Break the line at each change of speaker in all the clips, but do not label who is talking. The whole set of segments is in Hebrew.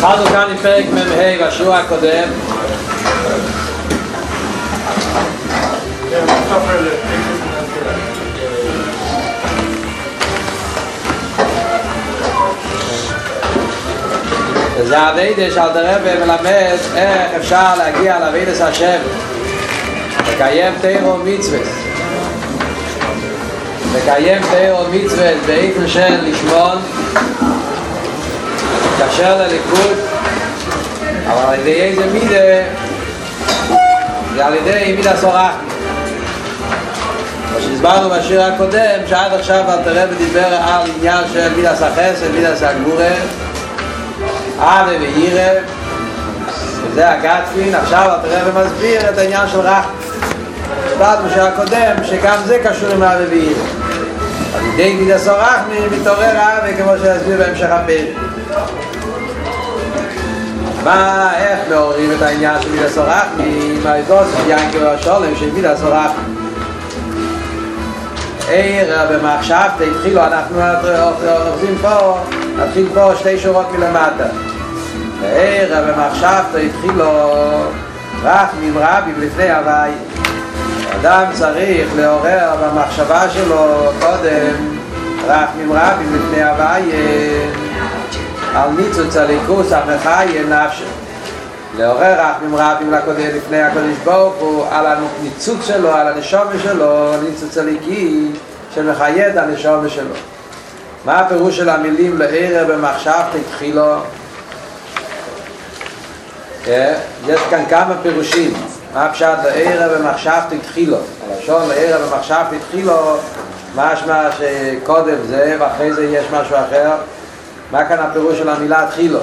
התחלנו כאן עם פרק מ"ה בשיעור הקודם. וזה העבודה שאלתר רבי מלמד איך אפשר להגיע לעבודת השם, לקיים תורה ומצוות. לקיים תורה ומצוות באופן של לשמון, להתקשר לליכוד, אבל על ידי איזה מידה? זה על ידי מידה סורחת. כמו שהסברנו בשיר הקודם, שעד עכשיו אלתר רבי דיבר על עניין של מידה החסד, מידה הגבורה, אהבה ויראה, וזה הגתפין. עכשיו אלתר רבי מסביר את העניין של רחמים. הסברנו בשיר הקודם שגם זה קשור עם אהבה ויראה. על ידי מידה סורחמים מתעורר אהבה, כמו שהסביר בהמשך הפרק. איך מעוררים את העניין של מידה סורחמים? מהידוס ינקי והשולם של מידה סורחמים. במחשבתא התחילו, אנחנו עושים פה, נתחיל פה שתי שורות מלמטה. במחשבתא התחילו רחמים רבים לפני הווי. אדם צריך לעורר במחשבה שלו קודם רחמים רבים לפני הווי על ניצוץ הליכוס המחיה נפשו. לעורר רחמים רבים לפני הקדוש ברוך הוא על הניצוץ שלו, על הנשמה שלו, הניצוץ הליקי שמחיה את הנשמה שלו. מה הפירוש של המילים לעורר במחשבתא התחילו? יש כאן כמה פירושים. מה הפשט לעורר במחשבתא התחילו? הלשון לעורר במחשבתא התחילו משמע שקודם זה ואחרי זה יש משהו אחר. מה כאן הפירוש של המילה התחילו?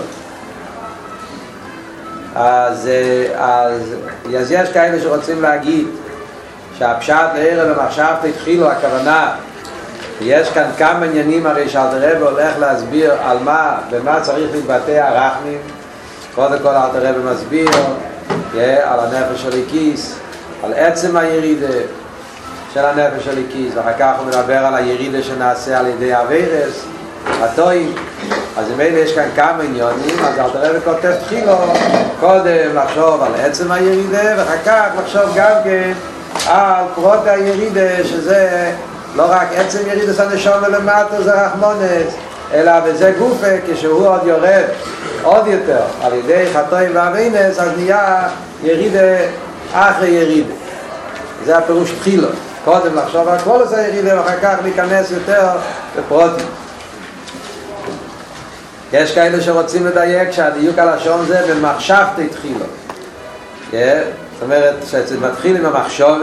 אז יש כאלה שרוצים להגיד שהפשט לעורר במחשבתא התחילו, הכוונה יש כאן כמה עניינים הרי שאלתר רבי הולך להסביר על מה, במה צריך להתבטא הרחמים. קודם כל אלתר רבי מסביר על הנפש הליקיס, על עצם הירידה של הנפש הליקיס, ואחר כך הוא מדבר על הירידה שנעשה על ידי הווירס הטועים. אז אם יש כאן כמה עניונים, אז אלתר רבי כותב תחילו קודם לחשוב על עצם הירידה, ואחר כך לחשוב גם כן על פרוט הירידה, שזה לא רק עצם ירידה של הנשמה למטה, זה רחמונס, אלא בזה גופה, כשהוא עוד יורד עוד יותר על ידי חטאים ואבינס, אז נהיה ירידה אחרי ירידה. זה הפירוש תחילו, קודם לחשוב על כל זה ירידה ואחר כך להיכנס יותר בפרוטים. יש כאלה שרוצים לדייק שהדיוק הלשון זה במחשבתא התחילו. זאת אומרת שזה מתחיל עם המחשבה,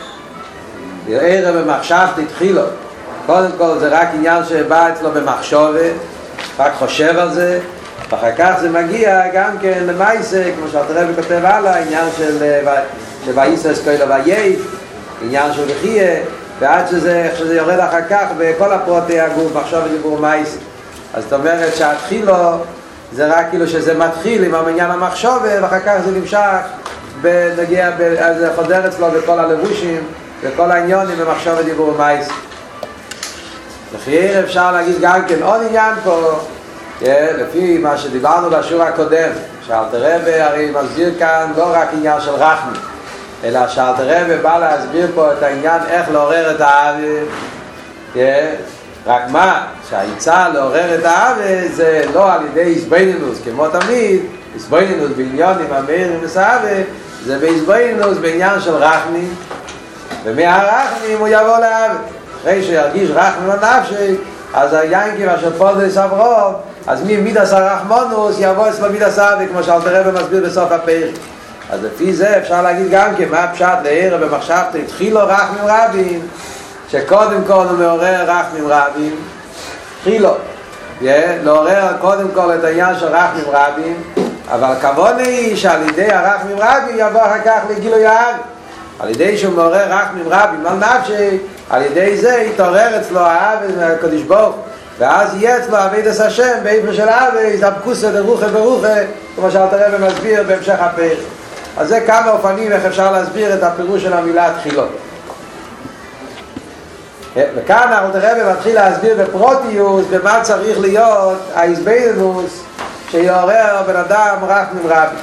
לעורר במחשבתא התחילו. קודם כל זה רק עניין שבא אצלו במחשבה, רק חושב על זה, ואחר כך זה מגיע גם כן למעשה, כמו שאלתר רבי כותב הלאה, עניין של וייסס כאילו וייף, עניין של וחיה, ועד שזה יורד אחר כך בכל הפרוטי הגוף, מחשב ודיבור מעשה. אז זאת אומרת שהתחילו זה רק כאילו שזה מתחיל עם העניין המחשבה, ואחר כך זה נמשך בנגיע, אז זה חוזר אצלו בכל הלבושים וכל העניונים במחשב ודיבור מעשה. לחייר אפשר להגיד גם כן עוד עניין פה, לפי מה שדיברנו בשיעור הקודם, שאלתר רבי הרי מסביר כאן לא רק עניין של רחמים, אלא שאלתר רבי בא להסביר פה את העניין איך לעורר את האהבה. רק מה, שהעיצה לעורר את האהבה זה לא על ידי הסבינינוס כמו תמיד, הסבינינוס בעניונים המאירים וסאהבה, זה בהסבינינוס בעניין של רחמים, ומהרחמים הוא יבוא לאהבה. אחרי שירגיש רחמים לנפשי, אז היינקי ואשר פודס אברוב, אז מידס הרחמונוס יבוא אצלו מידס אהבה, כמו שאלתר רבי מסביר בסוף הפרק. אז לפי זה אפשר להגיד גם כן מה פשט לעורר במחשבתא התחילו רחמים רבים, שקודם כל הוא מעורר רחמים רבים, התחילו לעורר קודם כל את העניין של רחמים רבים, אבל הכוונה היא שעל ידי הרחמים רבים יבוא אחר כך לגילוי האהבה. על ידי שהוא מעורר רחמים רבים על נפשי, על ידי זה יתעורר אצלו האהבה מהקדוש ברוך, ואז יהיה אצלו עבודת השם באופן של אהבה, יזבקוסה דרוחה ברוחה, כמו שאלתר רבי מסביר בהמשך הפרק. אז זה כמה אופנים איך אפשר להסביר את הפירוש של המילה התחילות. וכאן אלתר רבי מתחיל להסביר בפרוטיוס במה צריך להיות ההסבינינוס שיעורר בן אדם רחמים רבים.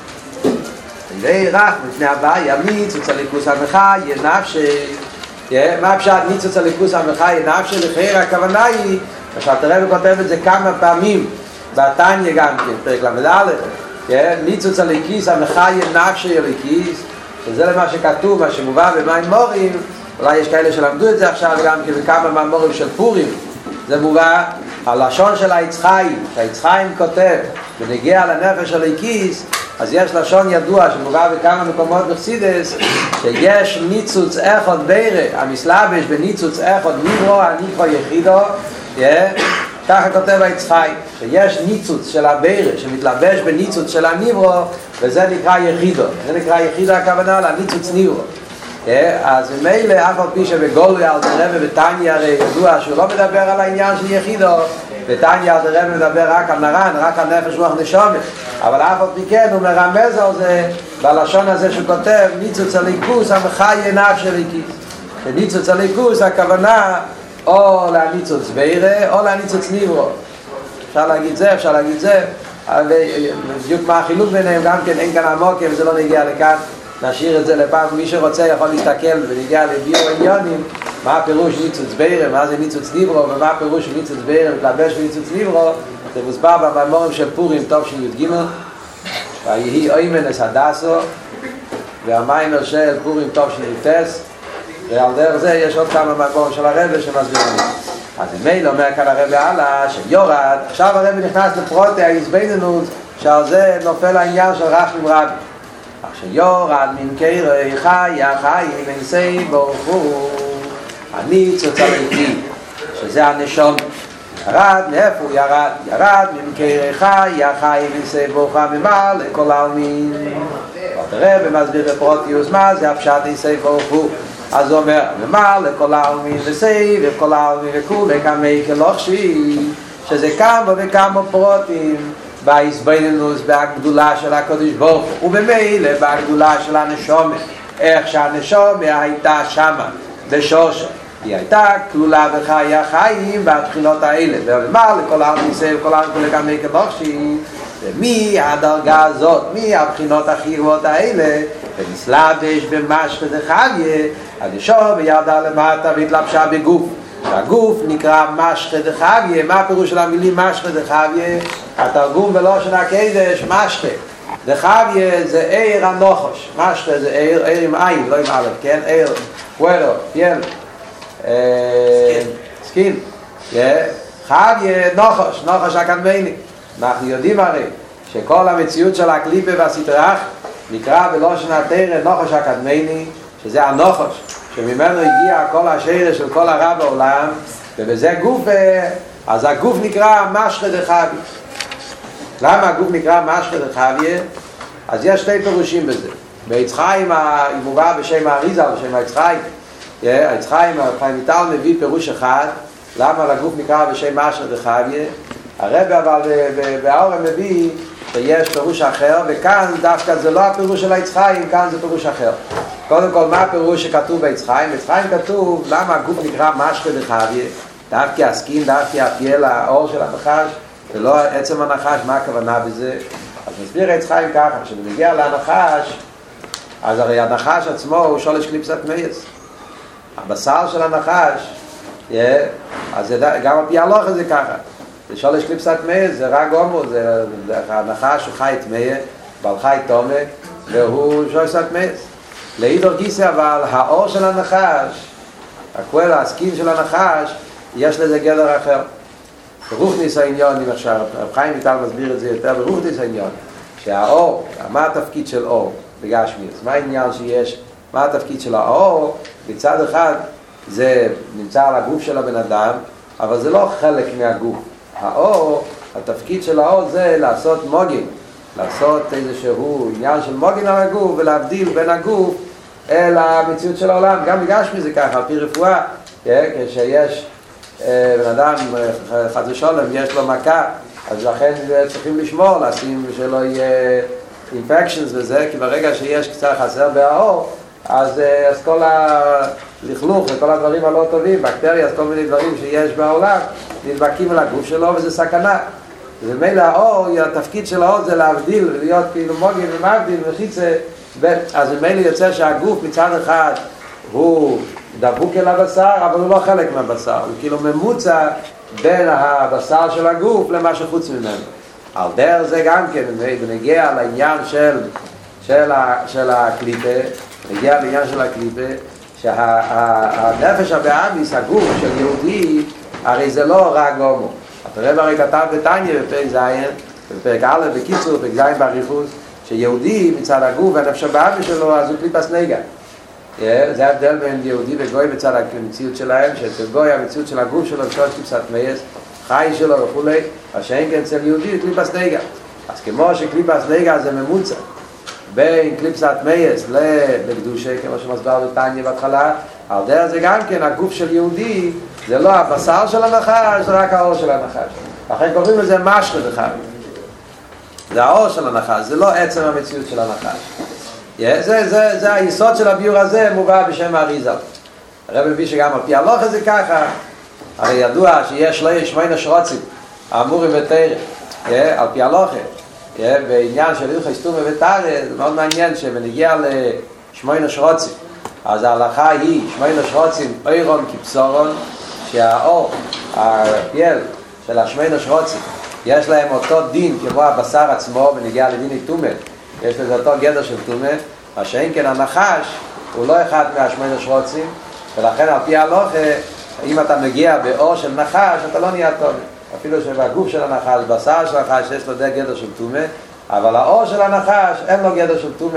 רחמים לפני הבעיה, ניצוץ הליכוס המחיה נפשי. מה פשט ניצוץ הליכוס המחיה נפשי? לכן הכוונה היא, שאלתר רבי כותב את זה כמה פעמים, בתניא גם כן, פרק ל"א, ניצוץ הליכוס המחיה נפשי הליכוס, שזה למה שכתוב, מה שמובא במימורים, אולי יש כאלה שלמדו את זה עכשיו גם כן בכמה מאמרים של פורים, זה מובא הלשון של העץ חיים, שהעץ חיים כותב ונגיע לנפש הליכוס, אז יש לשון ידוע שמובא בכמה מקומות בחסידות, שיש ניצוץ אחד בירה, המסלבש בניצוץ אחד נברו, הנקרא יחידו, ככה כותב העץ חיים, שיש ניצוץ של הבירה שמתלבש בניצוץ של הנברו, וזה נקרא יחידו. זה נקרא יחידו הכוונה לניצוץ נברו. אז ממילא אף על פי שבגולוי אלתר רבי בתניא הרי ידוע שהוא לא מדבר על העניין של יחידו, בתניא אלתר רבי מדבר רק על נרן, רק על נפש רוח נשמה, אבל אף על פי כן הוא מרמז על זה בלשון הזה שהוא כותב ניצוץ הליכוס המחיה נפשי הליכוס. וניצוץ הליכוס הכוונה או להניצוץ בירה או להניצוץ נברו. אפשר להגיד זה, אפשר להגיד זה, בדיוק מה החילוק ביניהם גם כן אין כאן עמוק, וזה לא נגיע לכאן, נשאיר את זה לפעם, מי שרוצה יכול להסתכל ונגיע לביאור עניונים, מה הפירוש ניצוץ בירה, מה זה ניצוץ נברו, ומה הפירוש ניצוץ בירה, מתלבש בניצוץ נברו, זה מוסבר במאמרים של פורים טוב של י"ג, ויהי אוימנס הדסו, והמיימר של פורים טוב של י"טס, ועל דרך זה יש עוד כמה מאמרים של הרבי שמסבירים. אז מילא אומר כאן הרבי הלאה שיורד, עכשיו הרבי נכנס לפרוטי ההסביננות שעל זה נופל העניין של רחמים רבים. שיורד ממקרי חיה חיים אינסי ברוך הוא הניצוץ הליכי שזה הנשום ירד, מאיפה הוא ירד? ירד ממקרי חיה חיים אינסי ברוך הוא ממעל לכל העלמין. תראה במסביר בפרוטיוס מה זה הפשט אינסי ברוך הוא, אז הוא אומר ממעל לכל העלמין וסי וכל העלמין וכולי כמי כלוחשי, שזה כמה וכמה פרוטים בהסביננות בהגדולה של הקדוש ברוך הוא, ובמילא בהגדולה של הנשמה, איך שהנשמה הייתה שמה בשורשה, היא הייתה כלולה בחיי החיים והבחינות האלה, ומה לכל העם ישראל וכל העם כולי כמי כלוחשי, ומי הדרגה הזאת, מי הבחינות החירות האלה, ונסלבש במשך דחביה, הנשמה ירדה למטה והתלבשה בגוף, שהגוף נקרא משחה דחביה. מה הפירוש של המילים משחה דחביה? התרגום בלושן הקדש, משחה דחביה זה עיר הנוחש, משחה זה עיר עם עין, לא עם א', כן? עיר, וואלו, פיין, סקין, חביה נוחש, נוחש הקדמני. אנחנו יודעים הרי שכל המציאות של הקליפה והסטרח נקרא בלושן התורה נוחש הקדמני, שזה הנוחש שממנו הגיע כל השרש של כל הרע בעולם, ובזה גוף, אז הגוף נקרא משחה דחביה. למה הגוף נקרא משחה דחביה? אז יש שתי פירושים בזה. בעץ חיים מובא בשם האריזה, בשם העץ חיים. העץ חיים, חיים ויטל מביא פירוש אחד, למה לגוף נקרא בשם משחה דחביה. הרבי אבל באורם מביא שיש פירוש אחר, וכאן דווקא זה לא הפירוש של העץ חיים, כאן זה פירוש אחר. קודם כל, מה הפירוש שכתוב בעץ חיים? בעץ חיים כתוב למה הגוף נקרא משחה דחביה, דווקא הסכין, דווקא הפיל, האור של הנחש, ולא עצם הנחש, מה הכוונה בזה? אז נסביר עץ חיים ככה, כשנגיע לנחש, אז הרי הנחש עצמו הוא שולש קליפסת מייס. הבשר של הנחש, אז גם על פי הלוך זה ככה. זה שולש קליפסת מייס, זה רק הומו, הנחש הוא חי תמיה, בעל חי תומה, והוא שולש קליפסת מייס. לאידור גיסא אבל האור של הנחש, הכולל, הסכין של הנחש, יש לזה גדר אחר. ברוכניס העניין, אם עכשיו, רב חיים ויטל מסביר את זה יותר, ברוכניס העניין, שהאור, מה התפקיד של אור בגשמי? מה העניין שיש, מה התפקיד של האור? בצד אחד זה נמצא על הגוף של הבן אדם, אבל זה לא חלק מהגוף. האור, התפקיד של האור זה לעשות מוגן, לעשות איזשהו עניין של מוגן על הגוף ולהבדיל בין הגוף אל המציאות של העולם. גם בגשמי זה ככה, על פי רפואה, כשיש בן אדם חד ושולם, יש לו מכה, אז לכן צריכים לשמור, לשים שלא יהיה אינפקשנס וזה, כי ברגע שיש קצת חסר באור, אז כל הלכלוך וכל הדברים הלא טובים, בקטריה, אז כל מיני דברים שיש בעולם, נדבקים על הגוף שלו וזה סכנה. ומילא האור, התפקיד של האור זה להבדיל, להיות כאילו מוגן ומבדיל וחיצה, אז ממילא יוצא שהגוף מצד אחד הוא דבוק אל הבשר, אבל הוא לא חלק מהבשר, הוא כאילו ממוצע בין הבשר של הגוף למה שחוץ ממנו. על דרך זה גם כן, ונגיע לעניין של הקליפה, נגיע לעניין של הקליפה, שהנפש הבאמיס, הגוף של יהודי, הרי זה לא רק גומו. הרב הרי כתב בתניא בפרק ז', בפרק א', בקיצור, בפרק ז' באריכות, שיהודי מצד הגוף והנפש הבאמיס שלו, אז הוא קליפס נגע. זה ההבדל בין יהודי וגוי מצד המציאות שלהם, שאצל גוי המציאות של הגוף שלו, שלוש קליפסת מייס, חי שלו וכולי, אז שאין כן אצל יהודי קליפס נגע. אז כמו שקליפס נגע זה ממוצע בין קליפסת מייס לקדושה, כמו שמסבר בתניא בהתחלה, על דרך זה גם כן הגוף של יהודי זה לא הבשר של הנחש, זה רק האור של הנחש. לכן קוראים לזה משחת אחד. זה האור של הנחש, זה לא עצם המציאות של הנחש. זה היסוד של הביור הזה מובא בשם האריזל. הרב מביא שגם על פי הלכה זה ככה, הרי ידוע שיש שמונה שרוצים האמורים בתורה, על פי הלכה, בעניין של הלכות סתומה ותורה, זה מאוד מעניין שבנגיע לשמונה שרוצים, אז ההלכה היא שמונה שרוצים אוירון כבשורון, שהאור, הפיל של השמונה שרוצים יש להם אותו דין כמו הבשר עצמו בנגיע לדיני תומה, יש לזה אותו גדר של תומה, מה שאין כן הנחש הוא לא אחד מהשמונה שרוצים, ולכן על פי ההלכה אם אתה מגיע באור של נחש אתה לא נהיה תומה, אפילו שבגוף של הנחש, בשר של הנחש יש לו גדר של תומה, אבל האור של הנחש אין לו גדר של תומה,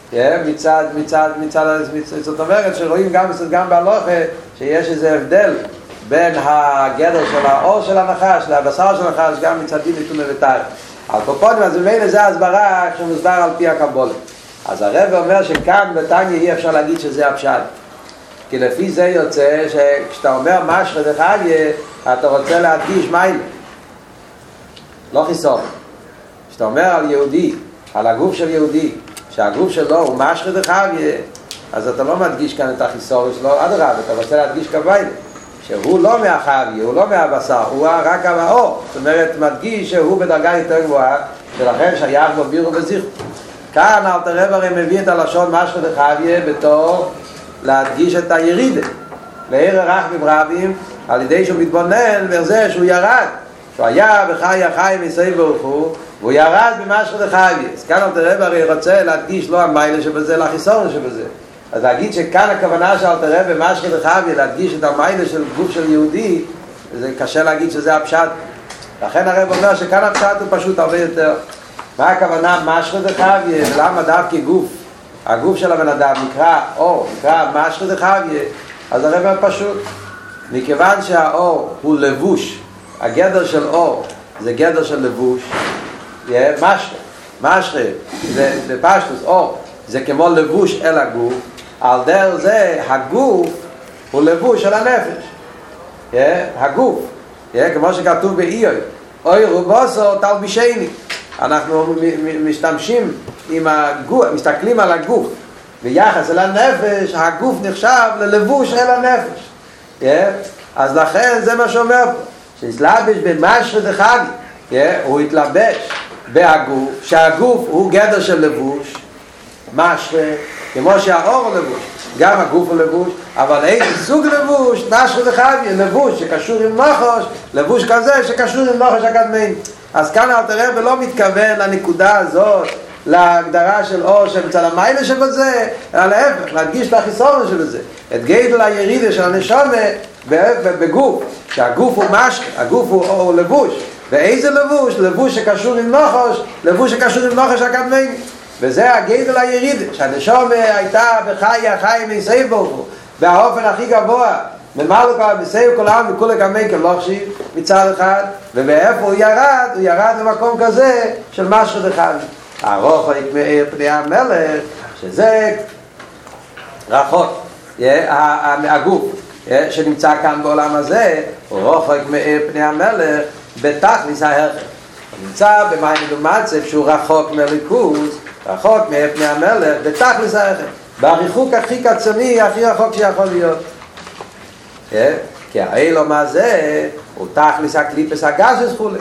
זאת אומרת שרואים גם בהלכה שיש איזה הבדל בין הגדר של האור של הנחש לבשר של הנחש גם מצד דין תומה ותורה. על קופונים, אז ממילא זה הסברה שמוסבר על פי הקבלה. אז הרב אומר שכאן בתניא אי אפשר להגיד שזה הפשט, כי לפי זה יוצא שכשאתה אומר משחת אחד אתה רוצה להדגיש מיילה, לא חיסור. כשאתה אומר על יהודי, על הגוף של יהודי, שהגוף שלו הוא משחת אחד, אז אתה לא מדגיש כאן את החיסור שלו, אדרבה, אתה רוצה להדגיש כמיילה שהוא לא מהחבי, הוא לא מהבשר, הוא רק האור. זאת אומרת, מדגיש שהוא בדרגה יותר גבוהה, ולכן שייך לו בירו וזיכרו. כאן אלתר רב הרי מביא את הלשון משחת החביה בתור להדגיש את הירידה. לעיר רחמים רבים, על ידי שהוא מתבונן וזה שהוא ירד. שהוא היה בחי החיים מסביב ברוך הוא, והוא ירד במשחת החביה. אז כאן אלתר רב הרי רוצה להדגיש לא המיילה שבזה, לא החיסור שבזה. אז להגיד שכאן הכוונה של אלתר רב במשחת החביה, להדגיש את המיילה של גוף של יהודי, זה קשה להגיד שזה הפשט. לכן הרב אומר שכאן הפשט הוא פשוט הרבה יותר. מה הכוונה משחת החביה, ולמה דווקא גוף? הגוף של הבן אדם נקרא אור, נקרא משחת החביה, אז הרב אומר פשוט. מכיוון שהאור הוא לבוש, הגדר של אור זה גדר של לבוש, משחת, זה בפשטוס, אור, זה כמו לבוש אל הגוף, על דרך זה הגוף הוא לבוש של הנפש, הגוף, כמו שכתוב באיוב, אוי רובוסו תלבישני, אנחנו משתמשים עם הגוף, מסתכלים על הגוף ביחס אל הנפש, הגוף נחשב ללבוש אל הנפש, אז לכן זה מה שאומר פה, שהתלבש במשחת החביה, הוא התלבש בהגוף, שהגוף הוא גדר של לבוש, משחת, כמו שהאור הוא לבוש, גם הגוף הוא לבוש, אבל איזה סוג לבוש? משחת החביה, לבוש שקשור עם נחש, לבוש כזה שקשור עם נחש הקדמי. אז כאן אלתר רב לא מתכוון לנקודה הזאת, להגדרה של אור שמצד המיילה שבזה, אלא להפך, להדגיש את החיסרון שבזה, את גדל הירידה של הנשמה בגוף, שהגוף הוא משחת, הגוף הוא לבוש, ואיזה לבוש? לבוש שקשור עם נחש, לבוש שקשור עם נחש הקדמי. וזה הגדל הירידה, שהנשמה הייתה בחי החיים מסביב ברוך הוא, באופן הכי גבוה, ממלא כל מסביב כל העם וכל הקמי כלוכשי מצד אחד, ובאיפה הוא ירד? הוא ירד למקום כזה של משחת אחד. הרוחק מאיר פני המלך, שזה רחוק, הגוף שנמצא כאן בעולם הזה, הוא רוחק מאיר פני המלך בתכלס ההרחק. הוא נמצא במים מדומצב שהוא רחוק מליכוז, רחוק מאיר פני המלך בתכלס ההרחק, בריחוק הכי קצוני, הכי רחוק שיכול להיות. כי האילום הזה הוא תכלס הקליפס הגזס חולה.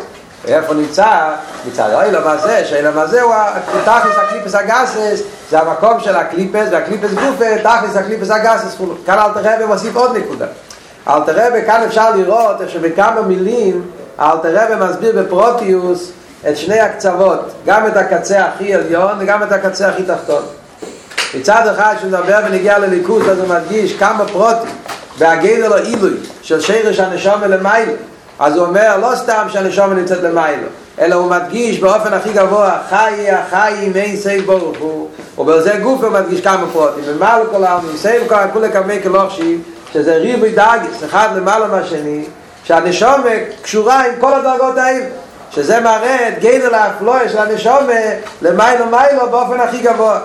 איפה נמצא? מצד האילם הזה, שהאילם הזה הוא תכלס הקליפס הגסס, זה המקום של הקליפס, והקליפס גופה, תכלס הקליפס הגסס. כאן אלתר רבי מוסיף עוד נקודה. אלתר רבי, כאן אפשר לראות איך שבכמה מילים אלתר רבי מסביר בפרוטיוס את שני הקצוות, גם את הקצה הכי עליון וגם את הקצה הכי תחתון. מצד אחד כשנדבר ונגיע לליכוז, אז הוא מדגיש כמה פרוטים והגדר לו עילוי של שרש הנשמה למעלה. אז הוא אומר לא סתם שהנשמה נמצאת למעלה, אלא הוא מדגיש באופן הכי גבוה חיי החיים אין סייב ברוך הוא, ובזה גוף הוא מדגיש כמה פרוטים ומעלה כל העם סייב כל הכולה כמי כלוחשים, שזה ריבוי דאגס אחד למעלה מהשני, שהנשמה קשורה עם כל הדרגות האלה, שזה מראה את גדר להפלואה של הנשמה למעלה באופן הכי גבוה.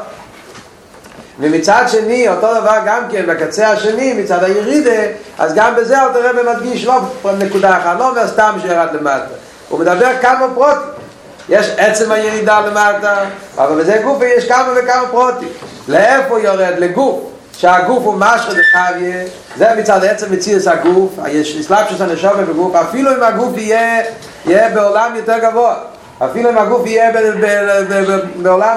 ומצד שני, אותו דבר גם כן בקצה השני, מצד הירידה, אז גם בזה אלתר רבי מדגיש לא נקודה אחת, לא אומר סתם שירד למטה. הוא מדבר כמה פרוטים. יש עצם הירידה למטה, אבל בזה גוף יש כמה וכמה פרוטים. לאיפה יורד? לגוף. שהגוף הוא משהו דחביה, זה מצד עצם מציאות הגוף, יש הסלבשות הנשמה בגוף, אפילו אם הגוף יהיה בעולם יותר גבוה, אפילו אם הגוף יהיה בעולם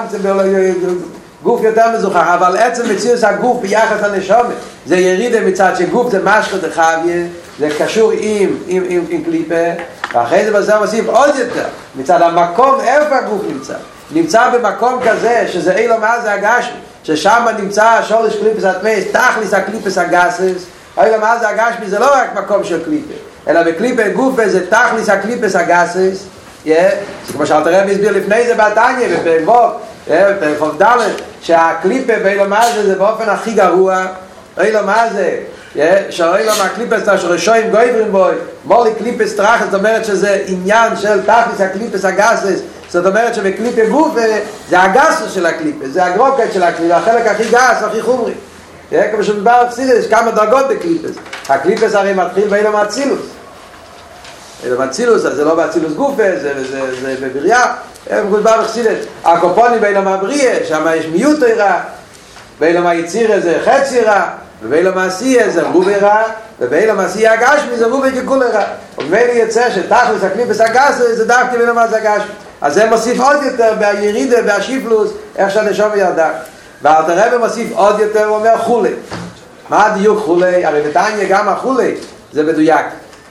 גוף יותר מזוכח, אבל עצם מציאות הגוף ביחס לנשמה זה ירידה מצד שגוף זה משהו דחביה, זה קשור עם קליפה, ואחרי זה בזה מוסיף עוד יותר מצד המקום איפה הגוף נמצא במקום כזה שזה אילו מה זה הגשמי, ששם נמצא שורש קליפס התמס, תכלס הקליפס הגסס. אילו מה זה הגשמי זה לא רק מקום של קליפה, אלא בקליפה גוף זה תכלס הקליפס הגסס. כמו שאלתר רבי הסביר לפני זה בתניא בפרק ו' ד' שהקליפה באילו מה זה באופן הכי גרוע. אילו מה זה שאילו מה קליפס שרשויים גויברים בוי מולי קליפס טרחס, זאת אומרת שזה עניין של תכלס הקליפס הגסס. זאת אומרת שבקליפה גוף זה הגסוס של הקליפה, זה הגרוקת של הקליפה, החלק הכי גס, הכי חומרי. כמו שמדבר בחסידות, יש כמה דרגות בקליפס. הקליפס הרי מתחיל באילום האצילוס. אילום האצילוס, אז זה לא באצילוס גוף, זה בבריאה. מדובר בחסידות. הקופונים באילום הבריאה, שם יש מיעוט רע. באילום היצירה זה חצי רע. ובאילום העשייה זה רובי רע. ובאילום העשייה הגשמי זה רובי ככול רע. וממילא יצא שתכלס הקליפס הגסוס זה דווקא באילום הגשמי. אז זה מוסיף עוד יותר בירידה, בהשיפלוס, איך שהנשמה ירדה. ואלתר רבי מוסיף עוד יותר, הוא אומר חולי. מה הדיוק חולי? הרי בתניא גם החולי זה מדויק.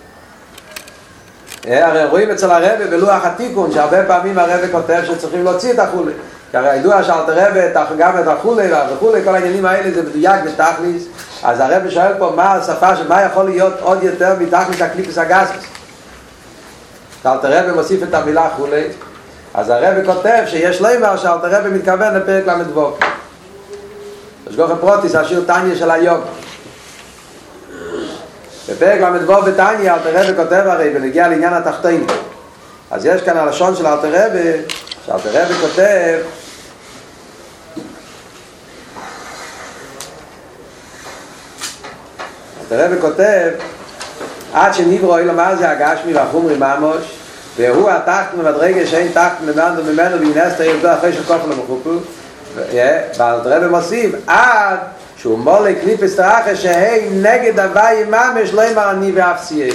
הרי רואים אצל הרבי בלוח התיקון, שהרבה פעמים הרבי כותב שצריכים להוציא את החולי. כי הרי הידוע שאלתר רבי גם את החולי וכולי, כל העניינים האלה זה מדויק בתכליס. אז הרבי שואל פה מה השפה, מה יכול להיות עוד יותר מתכליס הקליפס הגסוס. אלתר רבי מוסיף את המילה חולי. אז הרבי כותב שיש לומר שאלתר רבי מתכוון לפרק למדבוק. השגוח הפרוטיס, השיר תניא של היום. בפרק למדבוק בתניא, אלתר רבי כותב הרי, ונגיע לעניין התחתון. אז יש כאן הלשון של אלתר רבי, שאלתר רבי כותב, אלתר רבי כותב, עד שנברוא אילו מה זה הגשמי והחומרי ממש, והוא התחת ממדרגה שאין תחת ממנו וינסתר ירדו אחרי שכופו למחופו. ואלתר רבי מוסיף עד שהוא מולי קליפס טרחס שהם נגד הוואי ממש לא אמר אני ואף סייג.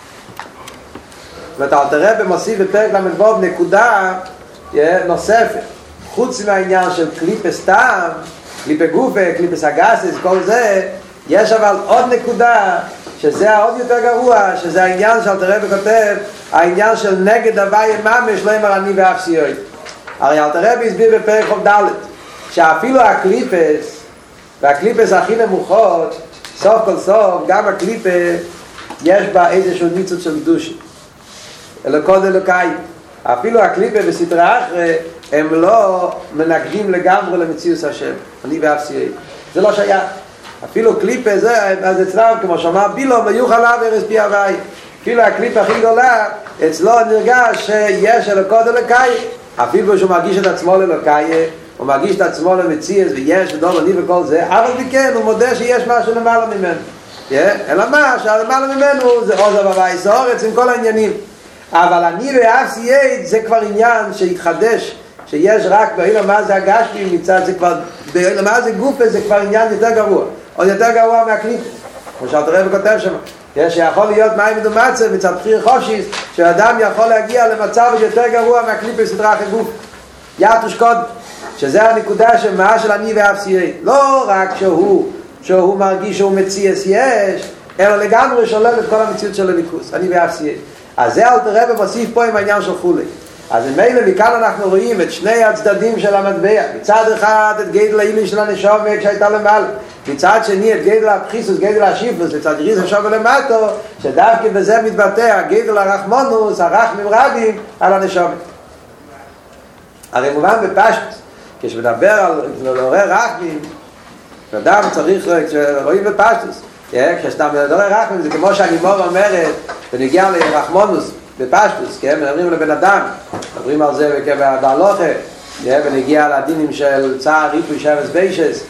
ואלתר רבי מוסיף בפרק למדבוב נקודה נוספת, חוץ מהעניין של קליפס טעם, קליפה גופה, קליפס הגסס, כל זה, יש אבל עוד נקודה שזה העוד יותר גרוע, שזה העניין שאלתר רבי כותב, העניין של נגד הוואי ממש לא אמר אני ואף סייג. הרי אלתר רבי הסביר בפרק ד' שאפילו הקליפס והקליפס הכי נמוכות, סוף כל סוף גם הקליפה יש בה איזשהו ניצוץ של קדושה, אלוקות אלוקאי. אפילו הקליפה בסדרה אחרי הם לא מנגדים לגמרי למציאות השם, אני ואף סייג, זה לא שייך. אפילו קליפה זה, אז אצלם כמו שאמר בילו מיוחל אברס פי הוואי, אפילו הקליפה הכי גדולה אצלו נרגש שיש אלוקות אלוקאי, אפילו שהוא מרגיש את עצמו לאלוקאי, הוא מרגיש את עצמו למציאות ויש ודור אני וכל זה, אבל בכן הוא מודה שיש משהו למעלה ממנו. אלא מה? שהלמעלה ממנו זה עוזב הווייס אורץ עם כל העניינים. אבל אני ואף סייד זה כבר עניין שהתחדש, שיש רק באילו מה זה הגשמי מצד זה כבר, באילו מה זה גופה זה כבר עניין יותר גרוע, עוד יותר גרוע מהקליפס. כמו שאלתר רבי כותב שם, שיכול להיות מים מדומצב מצד בחיר חופשי, שאדם יכול להגיע למצב יותר גרוע מהקליפה סדרה הגוף. יתוש קוד, שזה הנקודה של אני ואפסי. לא רק שהוא מרגיש שהוא מציאס יש, אלא לגמרי שולל את כל המציאות של הליכוס, אני ואפסי. אז זה אלתר רבי מוסיף פה עם העניין של חולי. אז מילא מכאן אנחנו רואים את שני הצדדים של המטבע. מצד אחד את גדל העילי של הנשום כשהייתה למעלה, מצד שני את גדל הפחיסוס, גדל השיפלוס, מצד ריס השום ולמטו, שדווקא בזה מתבטא גדל הרחמונוס, הרחמים רבים על הנשום. הרי מובן בפשט, כשמדבר על לעורר רחמים, אדם צריך, כשרואים בפשטוס, כשאתה מדבר רחמים זה כמו שהגימור אומרת ונגיע לרחמונוס בפשטוס, כן? מדברים לבן אדם, מדברים על זה בהלוכה, ונגיע לדינים של צער, ריפוי, שבס, ביישס,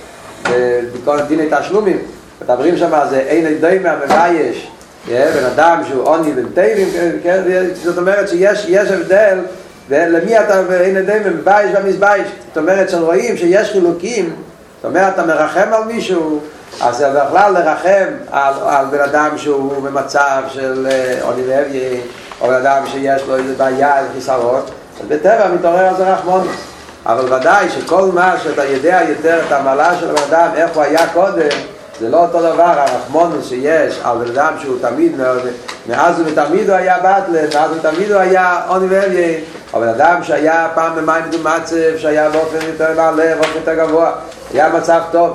בכל דיני תשלומים, מדברים שם על זה, אין עדי מהמבייש, בן אדם שהוא עוני ונטייבים, זאת אומרת שיש הבדל, ולמי אתה אין עדי מהמבייש והמזבייש, זאת אומרת שרואים שיש חילוקים, זאת אומרת אתה מרחם על מישהו, אז זה בכלל לרחם על בן אדם שהוא במצב של עוני ואביה, או בן אדם שיש לו איזה בעיה, איזה חיסרון, אז בטבע מתעורר על זה רחמונוס. אבל ודאי שכל מה שאתה יודע יותר את המעלה של הבן אדם, איך הוא היה קודם, זה לא אותו דבר, הרחמונוס שיש על בן אדם שהוא תמיד, מאז ותמיד הוא היה בטלן, מאז ותמיד הוא היה עוני ואביה, או בן אדם שהיה פעם במים מדומצב, שהיה באופן יותר נעלה, באופן יותר גבוה, היה מצב טוב.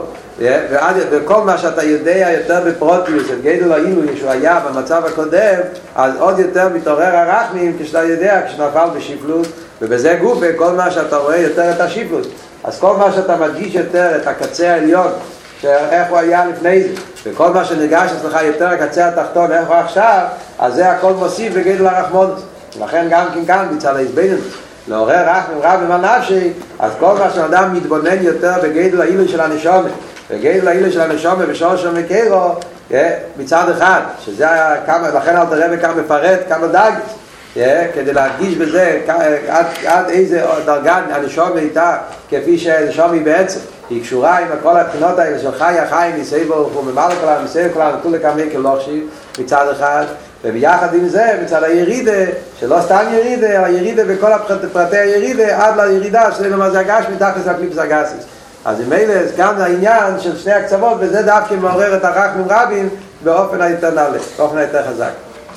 וכל מה שאתה יודע יותר בפרוטיוס, את גדל העילוי שהוא היה במצב הקודם, אז עוד יותר מתעורר הרחמים כשאתה יודע, כשנפל בשיפלות, ובזה גוף, כל מה שאתה רואה יותר את השיפלות. אז כל מה שאתה מדגיש יותר את הקצה העליון, איך הוא היה לפני זה, וכל מה שנרגש אצלך יותר הקצה התחתון, איך הוא עכשיו, אז זה הכל מוסיף בגדל הרחמונוס. לכן גם כאן מצד ההסבינוס, לעורר רחמים רבים על נפשי, אז כל מה שאדם מתבונן יותר בגדל העילוי של הנשמה, וגדל העילוי של הנשמה בשורש ומקרו, מצד אחד, שזה כמה, לכן אלתר רבי כאן מפרט כמה דרגות, כדי להדגיש בזה עד איזה דרגה הנשמה הייתה, כפי שהנשמה היא בעצם, היא קשורה עם כל הבחינות האלה של חי החיים, ניסי ברוך הוא, ממלא כולם, ניסי כולם, נטול לקמי כלוכשי מצד אחד, וביחד עם זה, מצד הירידה, שלא סתם ירידה, אלא ירידה בכל פרטי הירידה, עד לירידה שלנו מה זה הגש מתחת לקליפס הגסיס. אז אם אלה, כאן העניין של שני הקצוות, וזה דווקא מעורר את הרחמים רבים באופן היותר נעלה, באופן היותר חזק.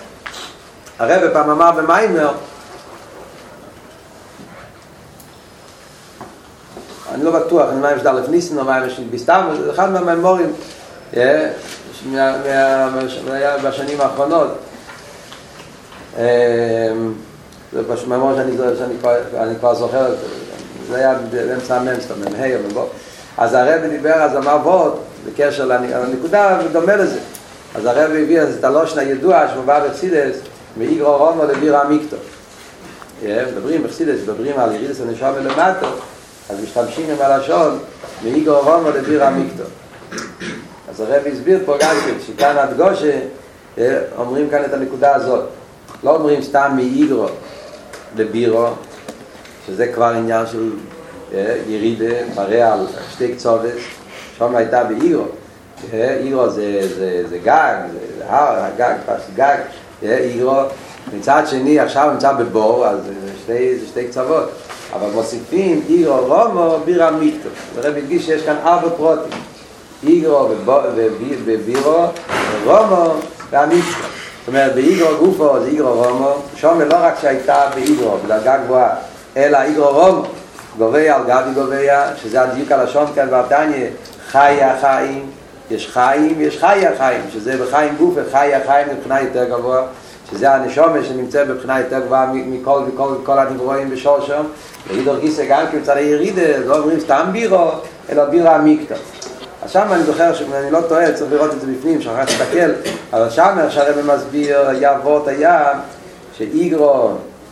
הרב פעם אמר במיימר, אני לא בטוח, אני מאמר שדלף ניסן או מאמר בסתם, זה אחד מהממורים בשנים האחרונות. זה פשוט ממור שאני כבר זוכר, זה היה באמצע הממסטר, ממהי או מבוא. אז הרב דיבר, אז אמר בורד, בקשר לנקודה ודומה לזה. אז הרב הביא את הלושן הידוע שמובא בחסידס, מאיגרו רומו לבירה המיקטו. מדברים בחסידס, מדברים על ירידס הנשמה ולמטו, אז משתמשים עם הלשון, מאיגרו רומו לבירה המיקטו. אז הרב הסביר פה גם שכאן הדגושה, אומרים כאן את הנקודה הזאת. לא אומרים סתם מאיגרו לבירו, שזה כבר עניין של ירידה, מראה על שתי קצובס, שם הייתה באיגרו. איגרו זה גג, זה הר, הגג, פשוט גג, איגרו. מצד שני, עכשיו נמצא בבור, אז זה שתי קצוות. אבל מוסיפים איגרו רומו בירה מיקטו. הרב הדגיש שיש כאן 4 פרוטים. איגרו ובירו, רומו והמיקטו. זאת אומרת, באיגרו גופו זה איגרו רומו, שם לא רק שהייתה באיגרו, בדרגה גבוהה, אלא איגרו רומו, גוביה על גבי גוביה, שזה הדיוק הלשון כאן והתניא, חי החיים, יש חיים, יש חי החיים, שזה בחיים גופה, חי החיים מבחינה יותר גבוה, שזה הנשומה שנמצא בבחינה יותר גבוהה מכל הדברואים בשורשם, ואידור גיסא גם כמצד הירידה, לא אומרים סתם בירו, אלא בירה המיקטו. אז שם אני זוכר שאני לא טועה, צריך לראות את זה בפנים, שאני רק אסתכל, אבל שם שהרבא מסביר, היה וורט היה, שאיגרו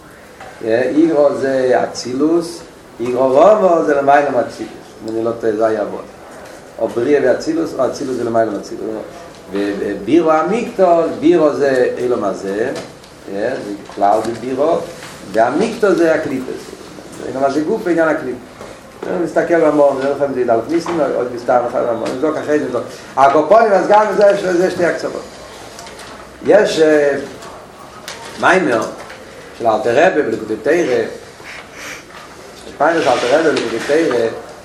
זה אצילוס, איגרו רומו זה למעלה מאצילוס, אם אני לא טועה, זה היה וורט. או בריא ואצילוס, או אצילוס זה למעלה מאצילוס. ובירו המיקטו, בירו זה אילו מה זה כלל בבירו, והמיקטו זה הקליפס. אילו מה זה גוף בעניין הקליפס. נסתכל במור, זה לכם זה ידע לפניסים, עוד מסתר אחד במור, נבדוק אחרי זה נבדוק. הקופונים, אז גם זה שתי הקצוות. יש מיימר של אלתר רבי בליקוטי תורה, יש מיימר של אלתר רבי בליקוטי תורה,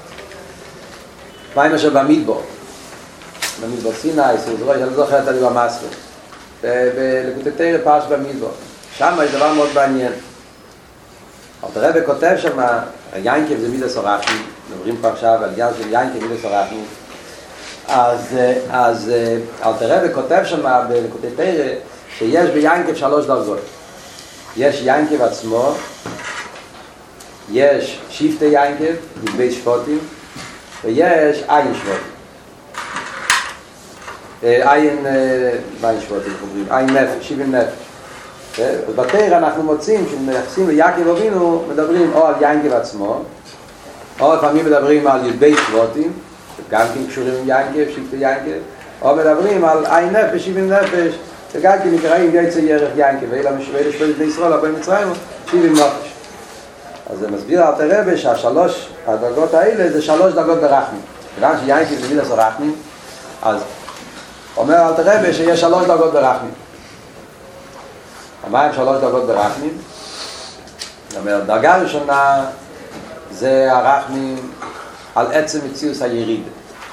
מיימר של במדבר סיני, אני לא זוכר את הדיבר המסר, בליקוטי תורה פרש במדבר, שם יש דבר מאוד מעניין. אלתר רבי כותב שם, יינקב זה מידס אורחני, מדברים פה עכשיו על עניין של יינקב מידס אורחני, אז אלתר רבי כותב שם בליקוטי תורה שיש ביינקב 3 דרגות. יש יינקב עצמו, יש שבטי יינקב, י"ב שבטים, ויש עין שבטים. עין שבטים, עין נפש, 70 נפש. ובתורה אנחנו מוצאים שמייחסים ליעקב אבינו, מדברים או על יינקב עצמו, או לפעמים מדברים על י"ב שבטים, שגם כן קשורים עם יינקב, שבטי יינקב, או מדברים על עין נפש, 70 נפש, שגם כן נקראים יצא ירך יינקב, ואלה משווה לשפט בני ישראל, הרבה מצרים, 70 נפש. אז זה מסביר אלתר רבי שהשלוש הדרגות האלה זה 3 דרגות ברחמים. כיוון שיינקב זה מידס הרחמים, אז אומר אלתר רבי שיש 3 דרגות ברחמים. מה הם 3 דרגות ברחמים? זאת אומרת, דרגה ראשונה זה הרחמים על עצם מציאות היריד.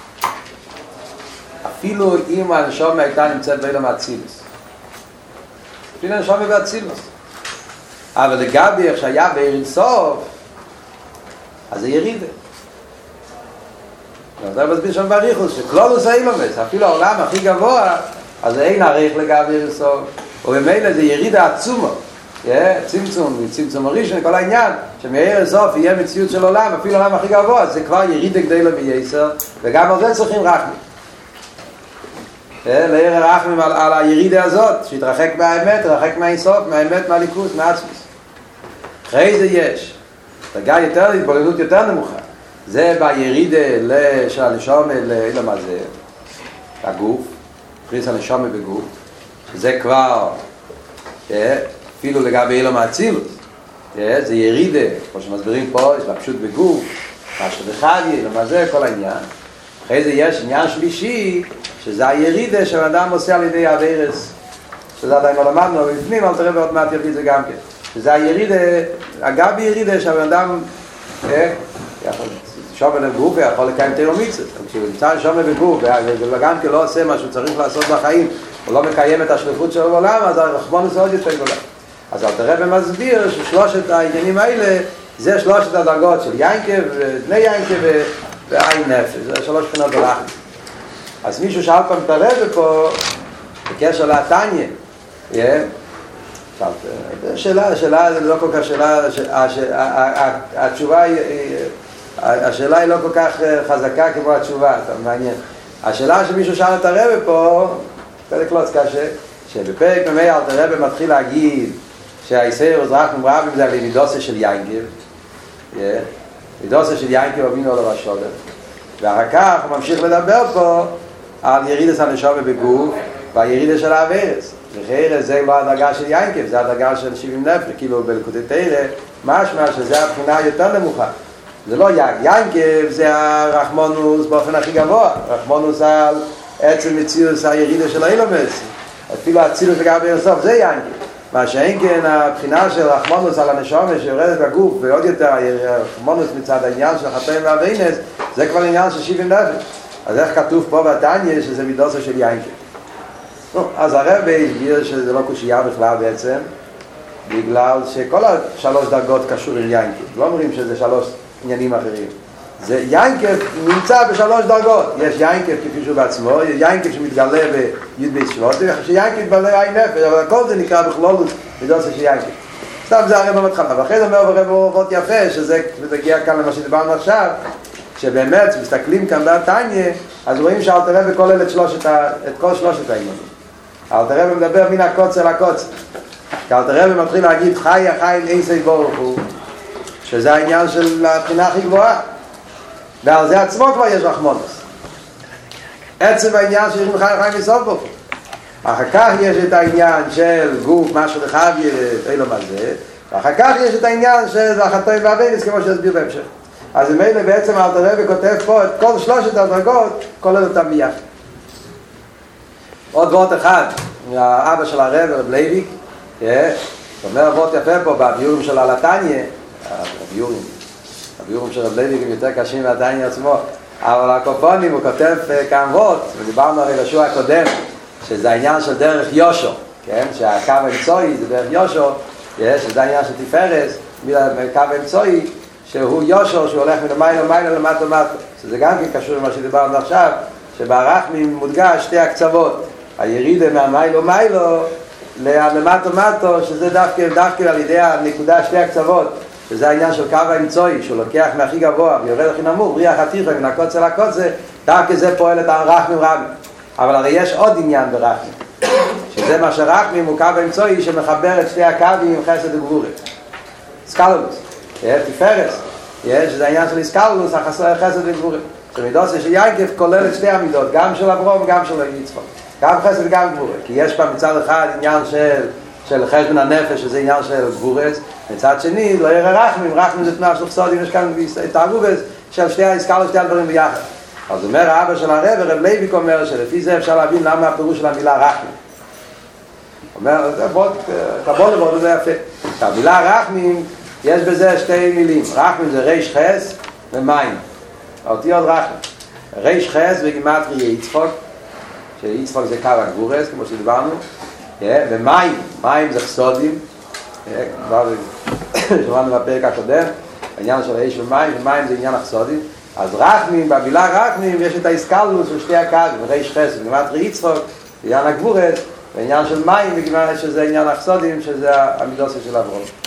אפילו אם הנשמה הייתה נמצאת בעולם האצילוס. אפילו הנשמה באצילוס. אבל לגבי איך שהיה בעיר סוף, אז זה ירידה. זה מסביר שם בריחוס, שכלולוס האילומס, אפילו העולם הכי גבוה, אז זה אין עריך לגבי עיר סוף. ובמילא זה ירידה עצומה. צמצום הראשון, כל העניין, שמעיר סוף יהיה מציאות של עולם, אפילו העולם הכי גבוה, זה כבר ירידה גדולה בייסר, וגם על זה צריכים רחמים. להעיר הרחמים על הירידה הזאת, שיתרחק מהאמת, תרחק מהאינסוף, מהאמת, מהליכוס, מהעצמוס. אחרי זה יש דרגה יותר, התבוננות יותר נמוכה. זה בירידה של הנשמה לאילם הזה, הגוף, פריס הנשמה בגוף, שזה כבר אפילו לגבי אילם האצילוס. זה ירידה, כמו שמסבירים פה, יש לה פשוט בגוף, משהו בחדי, אילם הזה, כל העניין. אחרי זה יש עניין שלישי, שזה הירידה שהאדם עושה על ידי הווירס, שזה עדיין לא למדנו, אבל בפנים, אל תראה ועוד מעט יביא את זה גם כן. שזה הירידה, אגב ירידה שהאדם שומר לגוף ויכול לקיים תירומיצת. כשהוא נמצא שומר בגוף וגם כן לא עושה מה שהוא צריך לעשות בחיים, הוא לא מקיים את השליחות שלו בעולם, אז הרחמנוס עוד יותר גדולה. אז אל תראה ומסביר ששלושת העניינים האלה, זה 3 הדרגות של יינקב, בני יינקב ועין נפש. זה 3 בחינות ברחמים. אז מישהו שאל פעם את הרב פה, בקשר להתניה, השאלה זה לא כל כך שאלה, התשובה היא, השאלה היא לא כל כך חזקה כמו התשובה, זה מעניין. השאלה שמישהו שאל את הרב פה, פרק לא קשה, שבפרק ממי אלתר רבי מתחיל להגיד שהישראל וזרחנו רבים זה הלימידוסה של יינקב, לימידוסה של יינקב אבינו עליו השולם, ואחר כך הוא ממשיך לדבר פה על ירידת הנשמה בגוף והירידה של האווירס. וכן זה לא הדרגה של יינקב, זה הדרגה של 70 נפש, כאילו בליקוטי תורה, משמע שזה הבחינה יותר נמוכה. זה לא יינקב, זה הרחמנוס באופן הכי גבוה, רחמנוס על עצם מציאות הירידה של האילומס, אפילו הצילוס לגבי הסוף, זה יינקב. מה שאין כן הבחינה של רחמנוס על הנשמה שיורדת בגוף, ועוד יותר רחמנוס מצד העניין של חטאים והווינס, זה כבר עניין של 70 נפש. אז איך כתוב פה בתניא שזה מידוסה של יינקב? אז הרב הסביר שזה לא קושייה בכלל בעצם, בגלל שכל 3 דרגות קשור עם יינקב. לא אומרים שזה 3 עניינים אחרים. זה יינקב נמצא ב3 דרגות. יש יינקב כפי שהוא בעצמו, יינקב שמתגלה בי"ב שבטים, שיינקב מתגלה עין נפש, אבל הכל זה נקרא בכללות מידוסה של יינקב. סתם זה הרב המתחלה. ואחרי זה אומר הרב מאוד יפה, שזה מגיע כאן למה שדיברנו עכשיו, שבאמת, מסתכלים כאן בתניא, אז רואים שאלתר רבי כולל את כל 3 העניינים. אלתר רבי מדבר מן הקוצר לקוצר. אלתר רבי מתחיל להגיד חי החיים אין סי ברוך הוא, שזה העניין של הבחינה הכי גבוהה. ועל זה עצמו כבר יש רחמנוס. עצם העניין שיש חי החיים מסוף ברוך הוא. אחר כך יש את העניין של גוף, משהו לחבי, אילום הזה, ואחר כך יש את העניין של החטאים והווינס, כמו שהסביר בהמשך. אז מילא בעצם אלתר רבי כותב פה את כל 3 הדרגות, כולל אותם ביחד. עוד ועוד אחד, מהאבא של הרב, רב לייביק, אומר אבות יפה פה בביורים של הלתניה, הביורים של רב לייביק הם יותר קשים מהתניה עצמו, אבל הקופונים הוא כותב כאמרות, ודיברנו הרי בשוע הקודם, שזה העניין של דרך יושו, כן? שהקו האמצעי זה דרך יושו, שזה העניין של תפארס, קו האמצעי, שהוא יושו, שהוא הולך מלמעלה למעלה למטה למטה, שזה גם כן קשור למה שדיברנו עכשיו, שברחמים מודגש שתי הקצוות, הירידה מהמיילו מיילו למטה למטה, שזה דווקא על ידי הנקודה שתי הקצוות, שזה העניין של קו האמצעי, שהוא לוקח מהכי גבוה ויורד הכי נמוך, ריח התיכון מן הקוצה לקוצה, דווקא זה פועל את הרחמים רבים. אבל הרי יש עוד עניין ברחמים, שזה מה שרחמים הוא קו האמצעי שמחבר את שתי הקווים עם חסד וגבורה. סקלולוס, תפארס, שזה העניין של סקלולוס, חסד וגבורה. שמידות של יעקב כולל את שתי המידות, גם של אברהם וגם של יצחק. גם חסד וגם גבורה. כי יש פה מצד אחד עניין של חשבון הנפש, שזה עניין של גבורס, מצד שני, לא יראה רחמים, רחמים זה תנועה של חסודים, יש כאן התערבובס של שתי הדברים ביחד. אז אומר האבא של הרב, רב לייביק אומר שלפי זה אפשר להבין למה הפירוש של המילה רחמים. אומר, תבוא לבוא, זה יפה. המילה רחמים, יש בזה שתי מילים. רחמים זה ריש חס ומים. האותיות רחמים. ריש חס בגימטריה יצחק, שיצחק זה קו הגבורס, כמו שדיברנו. ומים, מים זה חסודים. שמענו בפרק הקודם, העניין של ריש ומים, ומים זה עניין החסודים. אז רחמים, במילה רחמים יש את ההסקלוס של שתי הקווים, ריש חס בגימטריה יצחק, עניין הגבורס, ועניין של מים, שזה עניין החסודים, שזה המידוסה של אברהם.